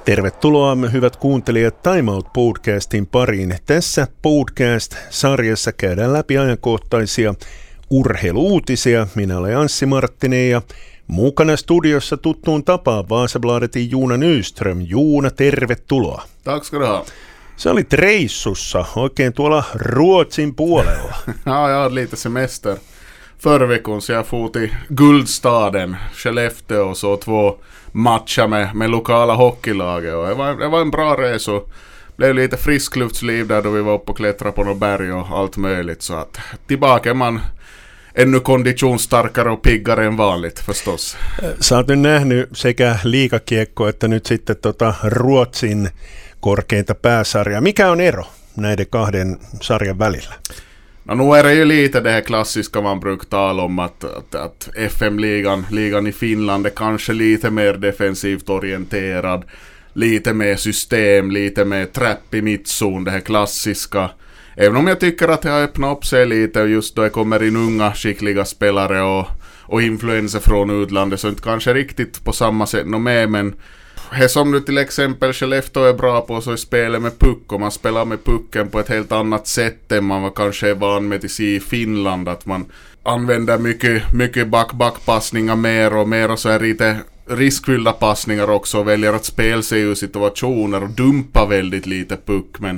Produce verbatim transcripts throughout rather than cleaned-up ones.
Tervetuloa hyvät kuuntelijat Time Out podcastin pariin. Tässä podcast-sarjassa käydään läpi ajankohtaisia urheiluutisia. Minä olen Anssi Marttinen ja mukana studiossa tuttuun tapaan Vasabladetin Joona Nyström. Joona, tervetuloa. Tack ska du ha. Sä olit reissussa oikein tuolla Ruotsin puolella. Ja, jag hade lite semester förra veckan så jag for till Guldstaden, Skellefteå och så två matcher med, med lokala hockeylaget. Och det, var, det var en bra resa. Blev lite friskluftsliv där då vi var uppe och klättrade på något berg och allt möjligt. Så att tillbaka är man ännu konditionsstarkare och piggare än vanligt förstås. Sä oot nyt nähnyt sekä liigakiekko että nyt sitten tota Ruotsin korkeinta pääsarjaa. Mikä on ero näiden kahden sarjan välillä? No, nu är det ju lite det här klassiska man brukar tala om att, att, att F M-ligan ligan i Finland är kanske lite mer defensivt orienterad, lite mer system, lite mer trapp i mittzon, det här klassiska. Även om jag tycker att det har öppnat upp sig lite just då det kommer in unga skickliga spelare och, och influenser från utlandet så inte kanske riktigt på samma sätt nå med, men det som nu till exempel Skellefteå är bra på så är spelet med puck och man spelar med pucken på ett helt annat sätt än man var kanske är van med i Finland, att man använder mycket, mycket back-back-passningar mer och mer och så är lite riskfyllda passningar också och väljer att spela sig ur situationer och dumpa väldigt lite puck, men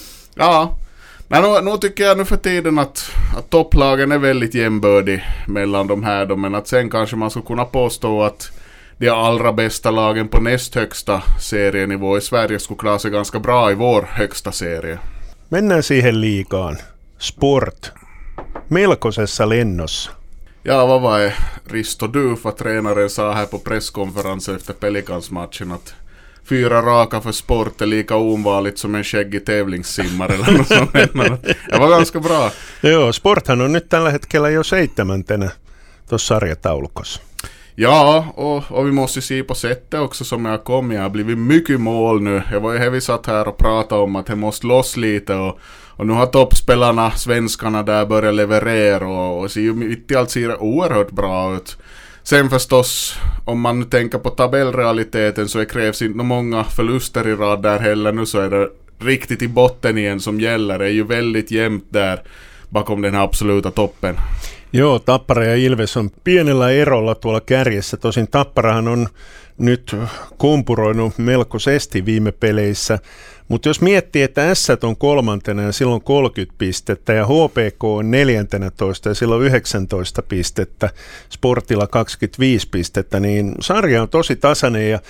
ja, men nu, nu tycker jag nu för tiden att, att topplagen är väldigt jämbördig mellan de här då, men att sen kanske man ska kunna påstå att de allra bästa lagen på näst högsta serienivå i Sverige skulle klara sig ganska bra i vår högsta serie. Mennään siihen liigaan. Sport. Melkoisessa lennossa. Ja, vad var det Risto Duf, vad tränaren sa här på presskonferensen efter Pelicans-matchen att fyra raka för Sport är lika ovanligt som en skäggig tävlingssimmare eller något sånt. Det var ganska bra. Joo, Sporthan on nyt tällä hetkellä jo seitsemäntenä tuossa sarjataulukossa. Ja, och, och vi måste se på sättet också som jag kom. Jag har blivit mycket mål nu. Jag var ju här, vi satt här och pratade om att det måste loss lite och, och nu har toppspelarna, svenskarna där börjat leverera och, och ser ju mitt i allt ser det oerhört bra ut. Sen förstås, om man nu tänker på tabellrealiteten så krävs inte många förluster i rad där heller. Nu så är det riktigt i botten igen som gäller. Det är ju väldigt jämnt där bakom den här absoluta toppen. Joo, Tappara ja Ilves on pienellä erolla tuolla kärjessä. Tosin Tapparahan on nyt kompuroinut melkoisesti viime peleissä. Mutta jos miettii, että S on kolmantena ja silloin kolmekymmentä pistettä ja H P K on neljäntenätoista ja silloin yhdeksäntoista pistettä, Sportilla kaksikymmentäviisi pistettä, niin sarja on tosi tasainen ja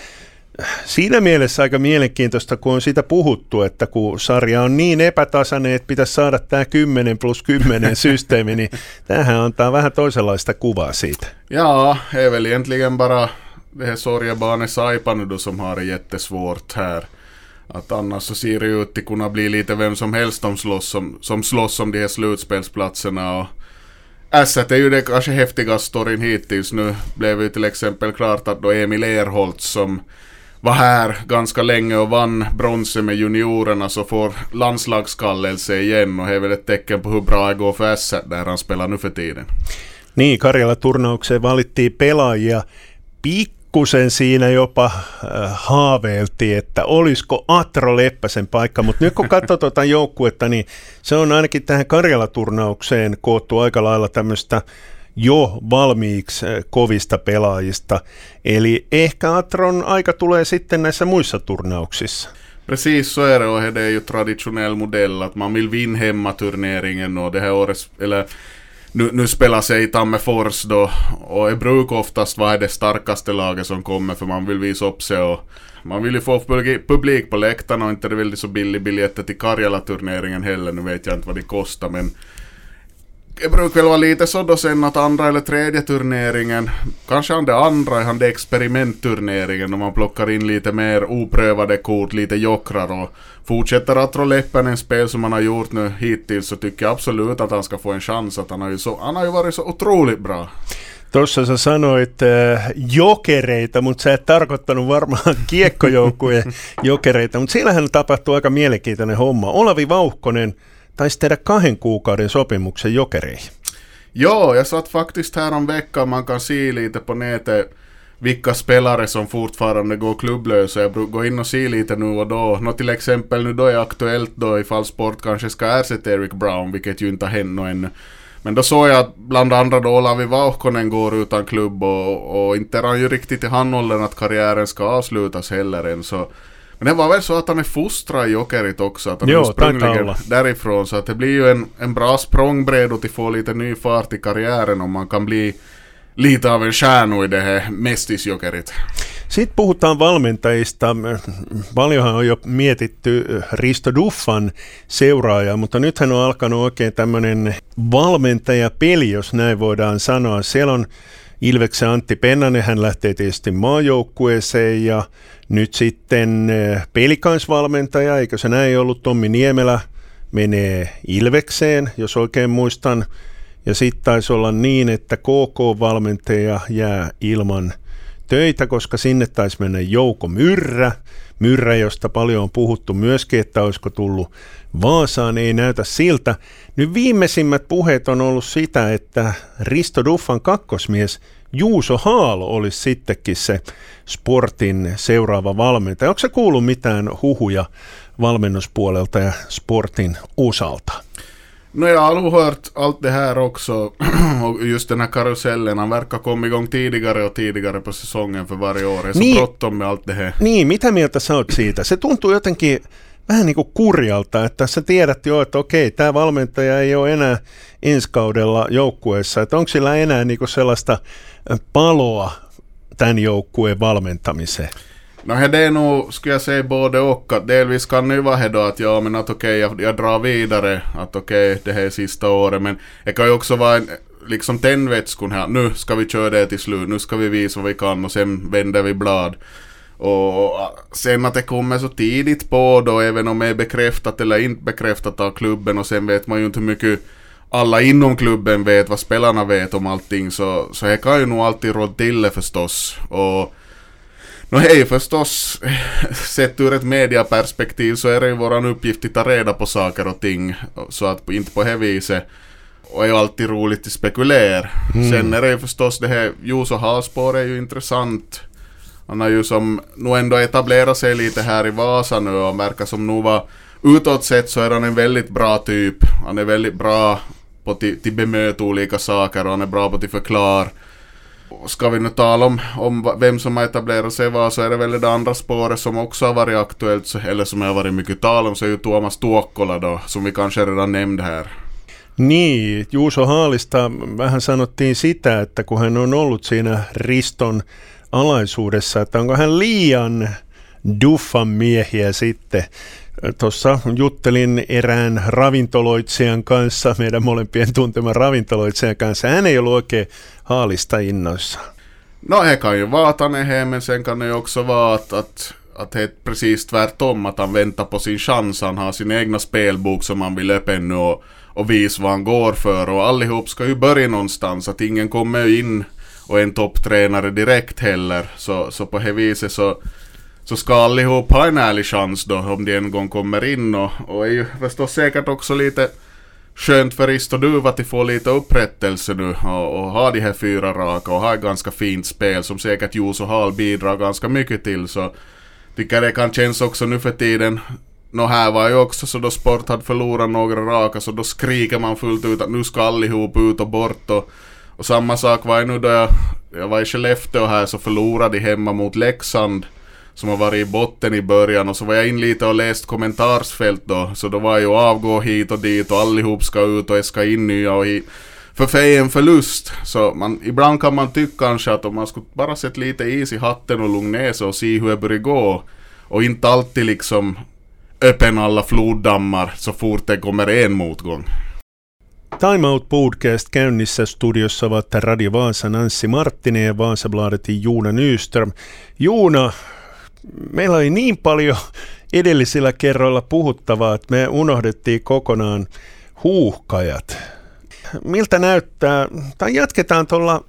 siinä mielessä aika mielenkiintoista, kun on siitä puhuttu, että kun sarja on niin epätasainen, että pitäisi saada tämä kymmenen plus kymmenen systeemi, niin tämähän antaa vähän toisenlaista kuvaa siitä. Ja, det är väl egentligen bara det här Sorgabane Saipa nu då som har det jättesvårt här. Att annars så ser det ut att kunna bli lite vem som helst som slåss, som, som slåss om de här slutspelsplatserna. Och S är ju det kanske häftigaste storyn hittills. Nu blev ju till exempel klart att då Emil Erholtz som var här ganska länge och vann bronset med juniorerna så får landslagskallelse igen och det är väl ett tecken på hur bra det går för S där han spelar nu för tiden. Niin, Karjala-turnaukseen valittiin pelaajia. Pikkusen siinä jopa äh, haaveiltiin, että olisiko Atro Leppäsen paikka, mutta nyt kun katsoo tuota joukkuetta, niin se on ainakin tähän Karjala-turnaukseen koottu aika lailla tämmöistä jo valmiiksi kovista pelaajista. Eli ehkä Atron aika tulee sitten näissä muissa turnauksissa. Precis så är det, och det är ju traditionell modell att man vill vinna hemmaturneringen och det här året, eller nu, nu spelar sig i Tammerfors då, och det brukar oftast vara det starkaste laget som kommer för man vill visa upp sig och man vill ju få publik på läktarna och inte det väldigt så billig biljetter till Karjala-turneringen heller, nu vet jag inte vad det kostar, men det brukar väl vara lite så då sen att andra eller tredje turneringen, kanske han det andra är han det experimentturneringen, om man plockar in lite mer oprövade kort, lite jokrar och fortsätter att dra läppen en spel som han har gjort nu hittills, så tycker jag absolut att han ska få en chans, att han har ju, så, han har ju varit så otroligt bra. Tuossa sä sanoit äh, jokereita, mutta sä et tarkoittanut varmaan kiekkojoukkueen jokereita, mutta siellähän tapahtuu aika mielenkiintoinen homma. Olavi Vauhkonen taisi tehdä kahden kuukauden sopimuksen Jokereihin. Joo, jag satt faktiskt här om veckan, man kan se lite på nätet vilka spelare som fortfarande går klubblösa. Jag brukar gå in och se lite nu och då. Nå till exempel nu då är aktuellt då ifall Sport kanske ska ersätta Eric Brown, vilket ju inte har hänt ännu. Men då såg jag att bland andra då Olavi Vauhkonen går utan klubb och, och inte är han ju riktigt i handhållen att karriären ska avslutas heller än så. Men det var väl så att han är fostrad i Jokerit också, att han jo, ursprungligen därifrån, så att det blir ju en, en bra språngbred och till få lite ny fart i karriären om man kan bli lite av en stjärna i det här Mestis-Jokerit. Sitten puhutaan valmentajista. Paljonhan on jo mietitty Risto Duffan seuraaja, mutta nythän on alkanut oikein tämmöinen valmentajapeli, jos näin voidaan sanoa. Siellä on Ilveksen Antti Pennanen, hän lähtee tietysti maajoukkueeseen ja nyt sitten pelikansvalmentaja, eikö se näin ollut, Tommi Niemelä menee Ilvekseen, jos oikein muistan. Ja sitten taisi olla niin, että K K-valmentaja jää ilman töitä, koska sinne taisi mennä Jouko Myrrä. Myrrä, josta paljon on puhuttu myöskin, että olisiko tullut Vaasaan, ei näytä siltä. Nyt viimeisimmät puheet on ollut sitä, että Risto Duffan kakkosmies Juuso Haalo olisi sittenkin se Sportin seuraava valmentaja. Onko se kuullut mitään huhuja valmennuspuolelta ja Sportin osalta? No jag har hört allt det här också och just den här karusellen, han verkar komma igång tidigare och tidigare på säsongen för varje år. Det är så niin, bråttom med allt det här. Niin, mitä mieltä sä oot siitä? Se tuntuu jotenkin vähän niin kuin kurjalta, että sä tiedät jo, että okei, tämä valmentaja ei ole enää ensi kaudella joukkueessa, että onko sillä enää niin kuin sellaista paloa tämän joukkueen valmentamiseen? No det är nog, skulle jag säga, både och. Att delvis kan det ju vara då att ja, men att okej, jag, jag drar vidare, att okej, det här är sista året, men det kan ju också vara en, liksom tändvätskon här, nu ska vi köra det till slut, nu ska vi visa vad vi kan och sen vänder vi blad. Och sen att det kommer så tidigt på då, även om det är bekräftat eller inte bekräftat av klubben, och sen vet man ju inte hur mycket alla inom klubben vet, vad spelarna vet om allting, så, så det kan ju nog alltid råda till det förstås. Och no hej, förstås, sett ur ett mediaperspektiv så är det ju våran uppgift att ta reda på saker och ting, så att inte på det viset. Och är ju alltid roligt att spekulera. Mm. Sen är det ju förstås det här Juuso Halspår är ju intressant. Han har ju som nu ändå etablerat sig lite här i Vasa nu och verkar som nu var utåt sett så är han en väldigt bra typ. Han är väldigt bra på att bemöta olika saker och han är bra på att förklara. Ska vi nu tala om, om vem som har etablerat sig var, så är det väl det andra spåret som också har varit aktuellt, så, eller som har varit mycket tal om, så är ju Tuomas Tuokkola då, som vi kanske redan nämnde här. Niin, Juuso Haalista vähän sanottiin sitä, että kun hän on ollut siinä Riston alaisuudessa, että onko hän liian Duffan miehiä sitten. Tuossa juttelin erään ravintoloitsijan kanssa, meidän molempien tunteman ravintoloitsijan kanssa. Hän ei ollut oikein Haalista innoissaan. No, det kan ju vara att han är här, men sen kan det ju också vara att, att, att det är precis tvärtom, att han väntar på sin chans. Han har sin egna spelbok som han vill öppna nu och, och visa vad han går för. Och allihop ska ju börja någonstans, att ingen kommer in och är en topptränare direkt heller. Så, så på det viset så... så ska allihop ha en ärlig chans då, om de en gång kommer in, och, och är ju förstås säkert också lite skönt för Risto Duva att få lite upprättelse nu och, och ha de här fyra raka och ha ett ganska fint spel som säkert Juuso Hall bidrar ganska mycket till, så tycker det kan kännas också nu för tiden. Nå, här var ju också så då Sport hade förlorat några raka, så då skriker man fullt ut att nu ska allihop ut och bort, och, och samma sak var ju nu då jag, jag var i Skellefteå här, så förlorade de hemma mot Leksand som har varit i botten i början, och så var jag in lite och läst kommentarsfält då, så då var ju avgå hit och dit och allihop ska ut och jag ska in nya och hit. För fej en förlust, så man, ibland kan man tycka kanske att om man skulle bara sätta lite is i hatten och lugna ner sig och se hur det börjar gå, och inte alltid liksom öppen alla floddammar så fort det kommer en motgång. Time Out Podcast käynnissä. Studiossa ovat Radio Vaasan Anssi Marttinen ja Vasabladetin Joona Nyström. Joona, meillä oli niin paljon edellisillä kerroilla puhuttavaa, että me unohdettiin kokonaan huuhkajat. Miltä näyttää, tai jatketaan tuolla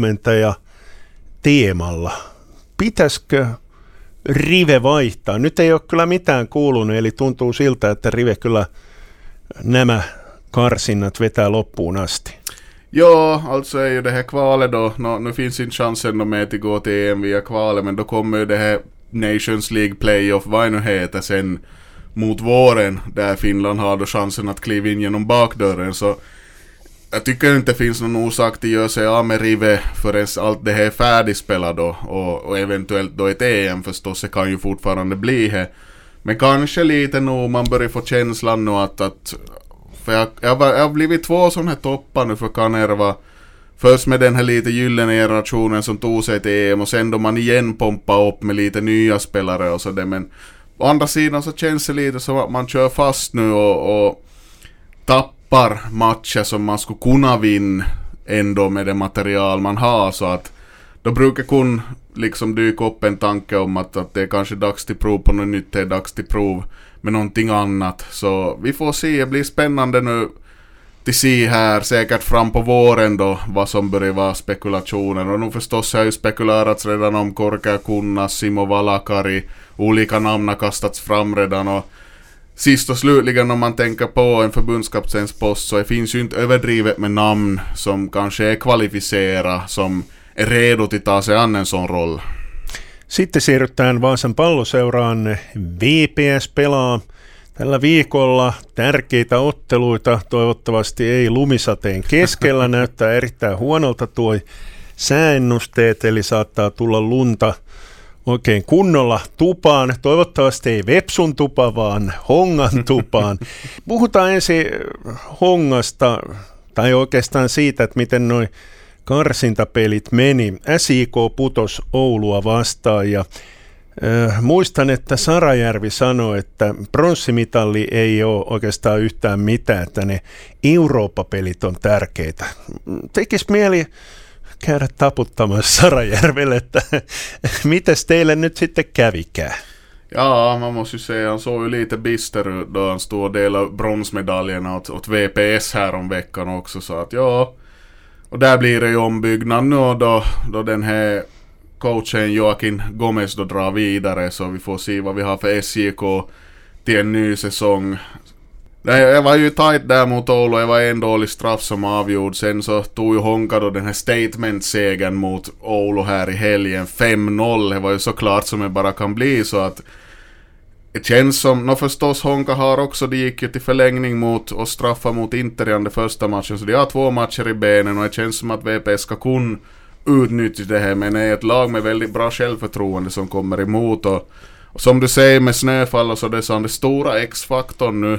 valmentaja-teemalla. Pitäisikö Rive vaihtaa? Nyt ei ole kyllä mitään kuulunut, eli tuntuu siltä, että Rive kyllä nämä karsinnat vetää loppuun asti. Ja, alltså är ju det här kvalet då, no, nu finns inte chansen de med att gå till E M via kvalet, men då kommer ju det här Nations League Playoff, vad nu heter, sen mot våren, där Finland har då chansen att kliva in genom bakdörren, så jag tycker inte det finns någon orsak till att göra sig av med Rive förrän allt det här är färdigspelat då, och, och eventuellt då ett E M förstås, det kan ju fortfarande bli här. Men kanske lite nog man börjar få känslan nu att, att för jag, jag, var, jag har blivit två sådana här toppar nu för Kanerva. Först med den här lite gyllene generationen som tog sig till E M, och sen då man igen pompar upp med lite nya spelare och sådär. Men å andra sidan så känns det lite som att man kör fast nu och, och tappar matcher som man skulle kunna vinna ändå med det material man har, så att då brukar kun liksom dyka upp en tanke om att, att det är kanske dags till prov på något nytt, det är dags till prov med någonting annat. Så vi får se, det blir spännande nu till se här säkert fram på våren då vad som börjar vara spekulationer. Och nu förstås har ju spekulerats redan om Korka Kunnas, Simo Valakari, olika namn har kastats fram redan, och sist och slutligen om man tänker på en förbundskaptenspost så det finns ju inte överdrivet med namn som kanske är kvalificerade, som är redo till ta sig an en sån roll. Sitten siirrytään Vaasan Palloseuraan. V P S pelaa tällä viikolla tärkeitä otteluita. Toivottavasti ei lumisateen keskellä. Näyttää erittäin huonolta tuo sääennusteet, eli saattaa tulla lunta oikein kunnolla tupaan. Toivottavasti ei Vepsun tupa, vaan Hongan tupaan. Puhutaan ensin Hongasta, tai oikeastaan siitä, että miten noi karsintapelit meni. S I K putos Oulua vastaan, ja äh, muistan, että Sarajärvi sanoi, että pronssimitalli ei ole oikeastaan yhtään mitään, että ne Eurooppa-pelit on tärkeitä. Tekis mieli käydä taputtamassa Sarajärvelle, että mites teille nyt sitten kävikään? Ja, man måste ju säga, han såg ju lite bister ut då han stod och delade bronsmedaljerna åt, åt V P S här om veckan också, så att ja, och där blir det ju ombyggnad nu då, då den här coachen Joaquin Gomez då drar vidare, så vi får se vad vi har för S J K till en ny säsong. Det var ju tajt där mot Oulu, det var en dålig straff som avgjord. Sen så tog ju Honka då den här statement-segern mot Oulu här i helgen, fem noll. Det var ju så klart som det bara kan bli, så att det känns som, nå förstås Honka har också, det gick ju till förlängning mot och straffa mot Inter i den första matchen, så de har två matcher i benen och det känns som att V P S ska kunna utnyttja det här, men det är ett lag med väldigt bra självförtroende som kommer emot, och, och som du säger med snöfall och så, det är så den stora X-faktorn nu,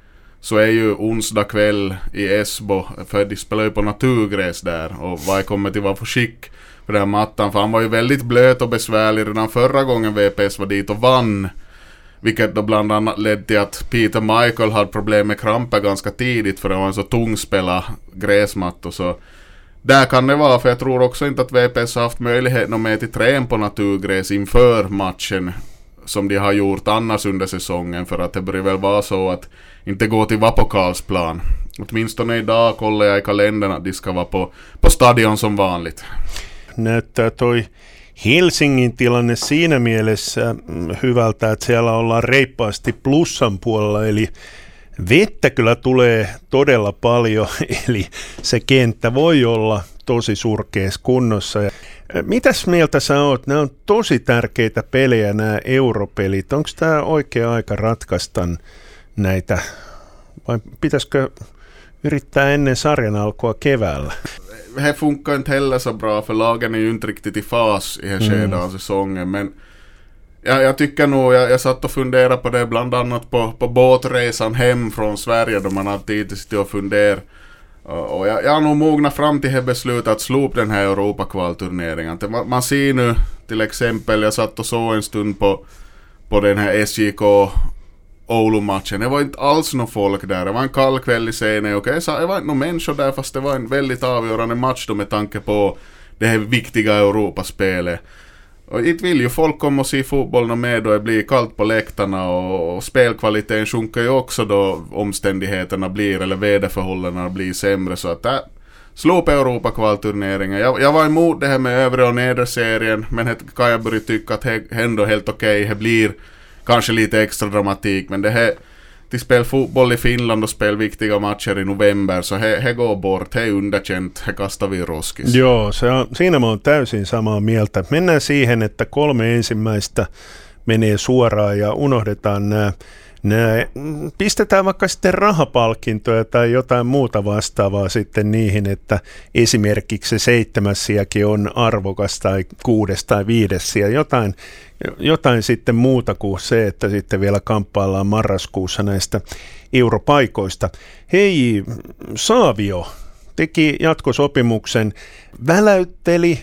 så är ju onsdag kväll i Esbo, för de spelar ju på naturgräs där, och vad kommer till vara för skick för den här mattan, för han var ju väldigt blöt och besvärlig redan förra gången V P S var dit och vann, vilket då bland annat ledde till att Peter Michael hade problem med kramper ganska tidigt, för det var en så tung spela gräsmatt, och så där kan det vara, för jag tror också inte att V P S har haft möjlighet att med till trän på naturgräs inför matchen som de har gjort annars under säsongen, för att det börjar väl vara så att inte gå till Vapokalsplan. Åtminstone idag kollar jag i kalendern att de ska vara på, på stadion som vanligt. Näyttää toi Helsingin tilanne siinä mielessä hyvältä, että siellä ollaan reippaasti plussan puolella, eli vettä kyllä tulee todella paljon, eli se kenttä voi olla tosi surkeassa kunnossa. Mitäs mieltä sä oot? Nämä on tosi tärkeitä pelejä, nämä europelit. Onko tämä oikea aika ratkaista näitä, vai pitäisikö yrittää ennen sarjan alkua keväällä? Det funkar inte heller så bra, för lagen är ju inte riktigt i fas i här skedet av säsongen, men ja, jag tycker nog, jag, jag satt och funderade på det bland annat på, på båtresan hem från Sverige, då man har tid att sitta och fundera. Och jag, jag har nog mognat fram till det beslutet att slopa den här Europakvalturneringen. Man, man ser nu till exempel, jag satt och såg en stund på, på den här S J K Oulu-matchen. Det var inte alls någon folk där. Det var en kall kväll i scenen. Okej, så det var inte någon människor där, fast det var en väldigt avgörande match då med tanke på det här viktiga Europaspelet. Och inte vill ju folk komma och se fotboll med då det blir kallt på läktarna, och, och spelkvaliteten sjunker ju också då omständigheterna blir, eller väderförhållandena blir sämre, så att det slå på Europakvalturneringen. Jag, jag var emot det här med övre och nedre serien, men det kan jag börja tycka att det ändå helt okej. Det blir kanske lite extra dramatik, men det här till spel fotboll i Finland och spel viktiga matcher i november, så he, he går bort, he underkänt, he kastar vi roskis. Joo, se on, siinä mä oon täysin samaa mieltä. Mennään siihen, että kolme ensimmäistä menee suoraan ja unohdetaan nämä. Nää, pistetään vaikka sitten rahapalkintoja tai jotain muuta vastaavaa sitten niihin, että esimerkiksi se seitsemäs sijakin on arvokas tai kuudes tai viides sija, jotain, jotain sitten muuta kuin se, että sitten vielä kamppaillaan marraskuussa näistä europaikoista. Hei, Savio teki jatkosopimuksen, väläytteli,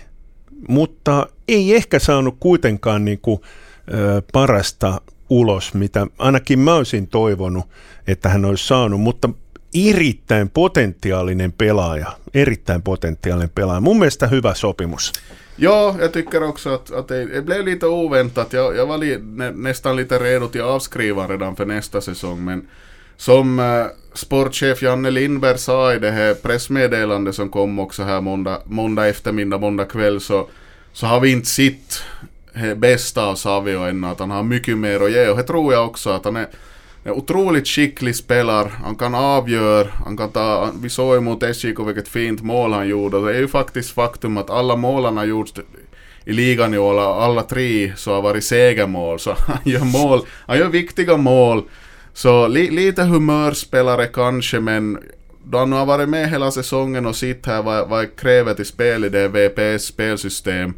mutta ei ehkä saanut kuitenkaan niin kuin, ö, parasta ulos, mitä ainakin mä olisin toivonut, että hän olisi saanut, mutta erittäin potentiaalinen pelaaja, erittäin potentiaalinen pelaaja. Mun mielestä hyvä sopimus. Ja, jag tycker också att, att det, det blev lite oväntat. Jag, jag var li, nä, nästan lite redo till avskriva redan för nästa säsong, men som äh, sportchef Janne Lindberg sa i det här pressmeddelande som kom också här måndag, måndag eftermiddag, måndag kväll, så, så har vi inte sitt bästa av Savio ännu, att han har mycket mer att ge, och det tror jag också att han är en otroligt skicklig spelare, han kan avgöra, han kan ta, vi såg emot S J K vilket fint mål han gjorde, och det är ju faktiskt faktum att alla mål han har gjort i ligan i år, alla tre så har varit segermål, så han gör mål, han gör viktiga mål, så li, lite humörspelare kanske, men då han har varit med hela säsongen och sitt här vad, vad kräver till spel i det V P S spelsystem,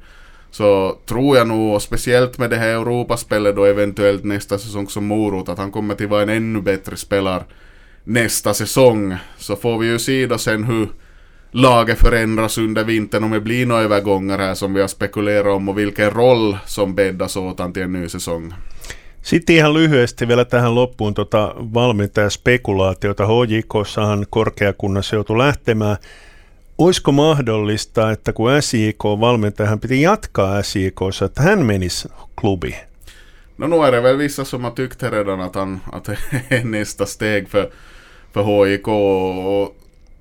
så tror jag nog, och speciellt med det här Europaspelet då eventuellt nästa säsong som morot, att han kommer till vara en ännu bättre spelare nästa säsong. Så får vi ju se då sen hur laget förändras under vintern, om det blir några övergångar här som vi har spekulerat om, och vilken roll som bäddas åt han till en ny säsong. Sitten ihan lyhyesti vielä tähän loppuun tota valmentajaspekulaatiota. H J K:ssahan korkeakunnassa joutui lähtemään. Olisiko mahdollista, että kun S J K-valmentaja, hän piti jatkaa S J K:ssa, että hän menisi klubiin? No nu är det väl vissa som har tyckt redan att, han, att det är nästa steg för, för H J K. Och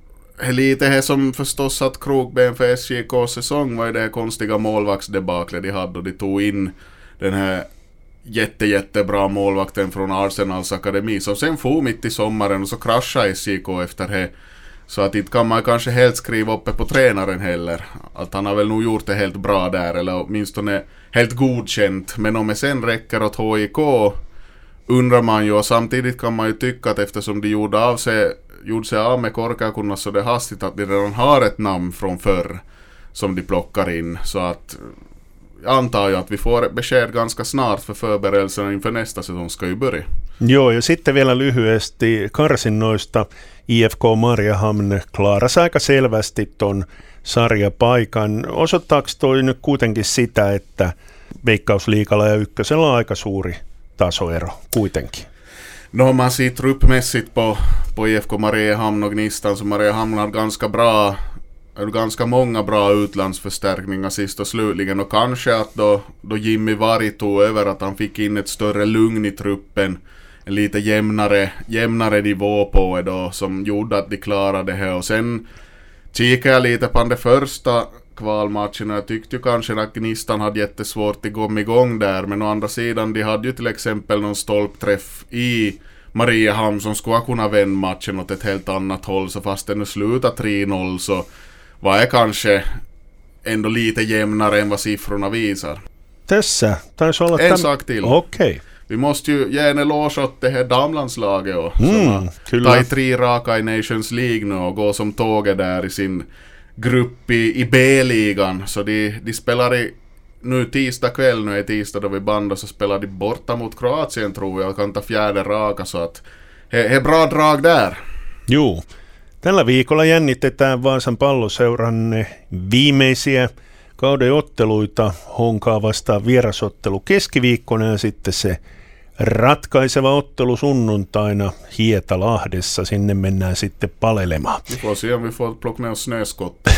lite här som förstås att krokben för S J K:s säsong var ju det här konstiga målvaktsdebaklet de hade, och de tog in den här jätte, jättebra målvakten från Arsenals akademi som sen får mitt i sommaren, och så kraschade S J K efter det. Så att inte kan man kanske helt skriva uppe på tränaren heller. Att han har väl nog gjort det helt bra där, eller åtminstone helt godkänt. Men om det sen räcker åt H I K undrar man ju, och samtidigt kan man ju tycka att eftersom de gjorde, av sig, gjorde sig av med Korkeakunnas så det hastigt, att de redan har ett namn från förr som de plockar in. Så att jag antar ju att vi får ett besked ganska snart, för förberedelserna inför nästa säsong ska ju börja. Joo, ja sitten vielä lyhyesti karsinnoista. I F K Mariehamn klaarasi aika selvästi ton sarjapaikan. Osoittaako toi nyt kuitenkin sitä, että Veikkausliigalla ja Ykkösellä on aika suuri tasoero kuitenkin? No, man ser truppmässigt på, på I F K Mariehamn och Gnistan, så Mariehamn har ganska bra, ganska många bra utlandsförstärkningar sist och slutligen, och kanske att då, då Jimmy Varg tog över, att han fick in ett större lugn i truppen, en lite jämnare, jämnare nivå på det då, som gjorde att de klarade det här. Och sen kikade jag lite på den första kvalmatchen, och jag tyckte ju kanske att Gnistan hade jättesvårt att komma igång där, men å andra sidan, de hade ju till exempel någon stolpträff i Mariehamn som skulle kunna vända matchen åt ett helt annat håll, så fast den nu slutade tre noll så var det kanske ändå lite jämnare än vad siffrorna visar. Tässä taisi olla en täm... sak till. Okej. Okay. Vi måste ju ge en eloge åt det här damlandslaget och mm, som har tagit tre raka i Nations League nu och går som tåget där i sin grupp i, i B-ligan. Så de, de spelar i, nu tisdag kväll, nu är tisdag då vi bandar, så spelar de borta mot Kroatien tror jag och kan ta fjärde raka, så att det är bra drag där. Joo. Tällä viikolla jännitetään Vaasan Palloseuran viimeisiä kauden otteluita. Honkaa vastaan vierasottelu keskiviikkona ja sitten se ratkaiseva ottelu sunnuntaina Hietalahdessa. Sinne mennään sitten palelemaan. Vi får se om vi får plocka med oss snöskottar.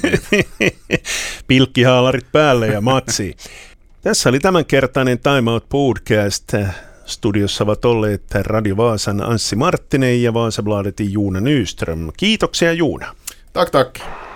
Pilkkihaalarit päälle ja matsi. Tässä oli tämänkertainen Time Out Podcast. Studiossa ovat olleet Radio Vaasan Anssi Marttinen ja Vasabladetin Joona Nyström. Kiitoksia Joona. Tack, tack.